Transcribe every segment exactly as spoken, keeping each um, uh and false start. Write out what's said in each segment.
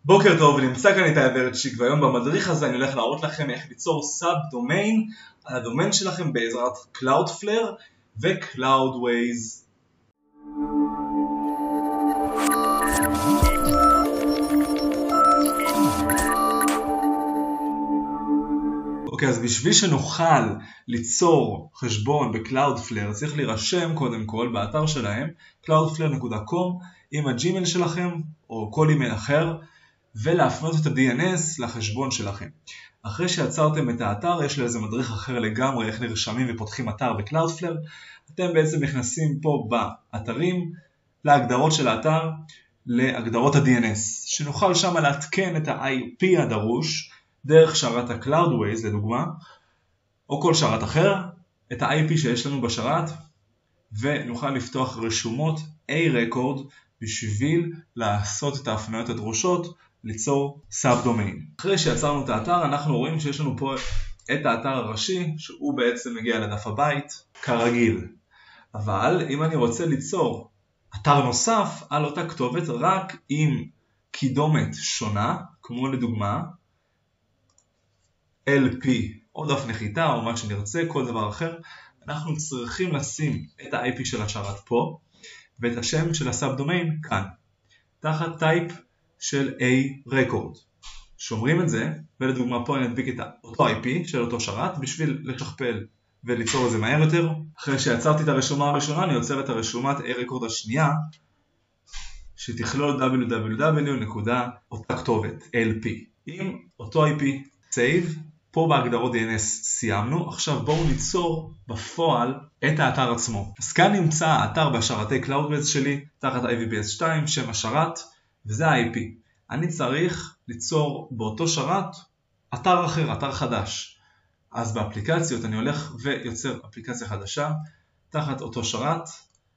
בוקר טוב, נמצא כאן איתי ורצ'יק, והיום במדריך הזה אני הולך להראות לכם איך ליצור סאב דומיין על הדומיין שלכם בעזרת Cloudflare ו-Cloudways. אוקיי, אז בשביל שנוכל ליצור חשבון ב-Cloudflare צריך להירשם קודם כל באתר שלהם cloudflare דוט קום עם הג'ימייל שלכם או כל אימייל אחר, ולהפנות את ה-די אן אס לחשבון שלכם. אחרי שיצרתם את האתר, יש לזה מדריך אחר לגמרי איך נרשמים ופותחים אתר ב-Cloudflare. אתם בעצם נכנסים פה באתרים להגדרות של האתר, להגדרות ה-די אן אס, שנוכל שם להתקן את ה-איי פי הדרוש דרך שרת ה-Cloudways לדוגמה, או כל שרת אחר, את ה-איי פי שיש לנו בשרת, ונוכל לפתוח רשומות A-Record בשביל לעשות את ההפניות הדרושות ליצור סאב דומיין. אחרי שיצרנו את האתר, אנחנו רואים שיש לנו פה את האתר הראשי, שהוא בעצם מגיע לדף הבית כרגיל. אבל אם אני רוצה ליצור אתר נוסף על אותה כתובת רק עם קידומת שונה, כמו לדוגמה אל פי או דף נחיתה או מה שנרצה, כל דבר אחר, אנחנו צריכים לשים את ה-איי פי של השרת פה ואת השם של הסאב דומיין כאן, תחת טייפ של A-Record. שומרים את זה, ולדוגמה פה אני אדביק את אותו איי פי של אותו שרת בשביל לשכפל וליצור את זה מהר יותר. אחרי שיצרתי את הרשומה הראשונה, אני יוצר את הרשומת A-Record השנייה, שתכלול דאבליו דאבליו דאבליו נקודה אותה כתובת אל פי עם אותו איי פי. Save. פה בהגדרות די אן אס סיימנו, עכשיו בואו ניצור בפועל את האתר עצמו. אז כאן נמצא האתר בשרתי Cloudways שלי, תחת איי וי בי אס שתיים, שם השרת, וזה ה-איי פי. אני צריך ליצור באותו שרת אתר אחר, אתר חדש. אז באפליקציות אני הולך ויוצר אפליקציה חדשה, תחת אותו שרת,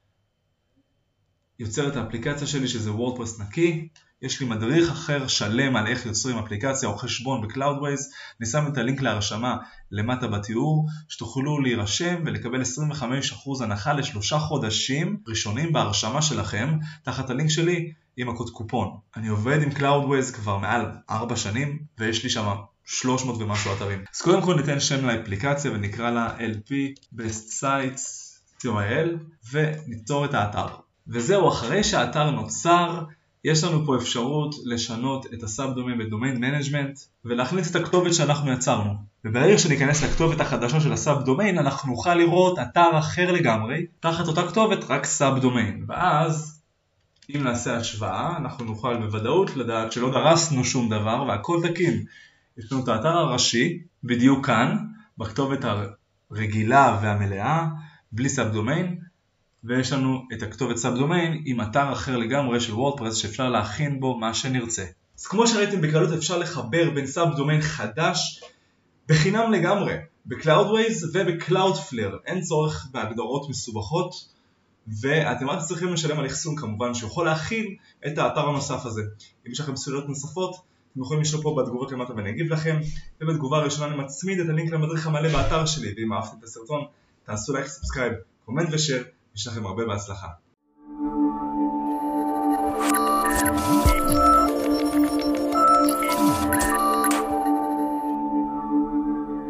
יוצר את האפליקציה שלי שזה וורדפרס נקי. יש לי מדריך אחר שלם על איך יוצרים אפליקציה או חשבון ב-Cloudways. אני שם את הלינק להרשמה למטה בתיאור, שתוכלו להירשם ולקבל עשרים וחמישה אחוז הנחה לשלושה חודשים ראשונים בהרשמה שלכם, תחת הלינק שלי עם הקוד קופון. אני עובד עם Cloudways כבר מעל ארבע שנים, ויש לי שם שלוש מאות ומשהו אתרים. אז קודם כל ניתן שם לאפליקציה ונקרא לה אל פי Best Sites סי או איי אל וניצור את האתר. וזהו, אחרי שהאתר נוצר, יש לנו פה אפשרות לשנות את הסאב דומיין בדומיין מנג'מנט ולהכניס את הכתובת שאנחנו יצרנו. וברגע שניכנס לכתובת החדשה של הסאב דומיין, אנחנו נוכל לראות אתר אחר לגמרי, תחת אותה כתובת רק סאב דומיין. ואז, אם נעשה השוואה, אנחנו נוכל בוודאות לדעת שלא דרסנו שום דבר והכל תקין. יש לנו את האתר הראשי, בדיוק כאן, בכתובת הרגילה והמלאה, בלי סאב דומיין, ויש לנו את הכתובת סאב דומיין עם אתר אחר לגמרי של וורדפרס שאפשר להכין בו מה שנרצה. אז כמו שראיתם בקלות אפשר לחבר בין סאב דומיין חדש בחינם לגמרי ב-Cloudways וב-Cloudflare. אין צורך בהגדרות מסובכות, ואתם רק צריכים לשלם על אחסון כמובן שיכול להכין את האתר הנוסף הזה. אם יש לכם שאלות נוספות אתם יכולים לשאול פה בתגובות למטה ואני אגיב לכם, ובתגובה הראשונה אני מצמיד את הלינק למדריך המלא באתר שלי. ואם אהבתם את הסרטון תעשו לייק, סאבסקרייב, קומנט ושאר. יש לכם הרבה בהצלחה.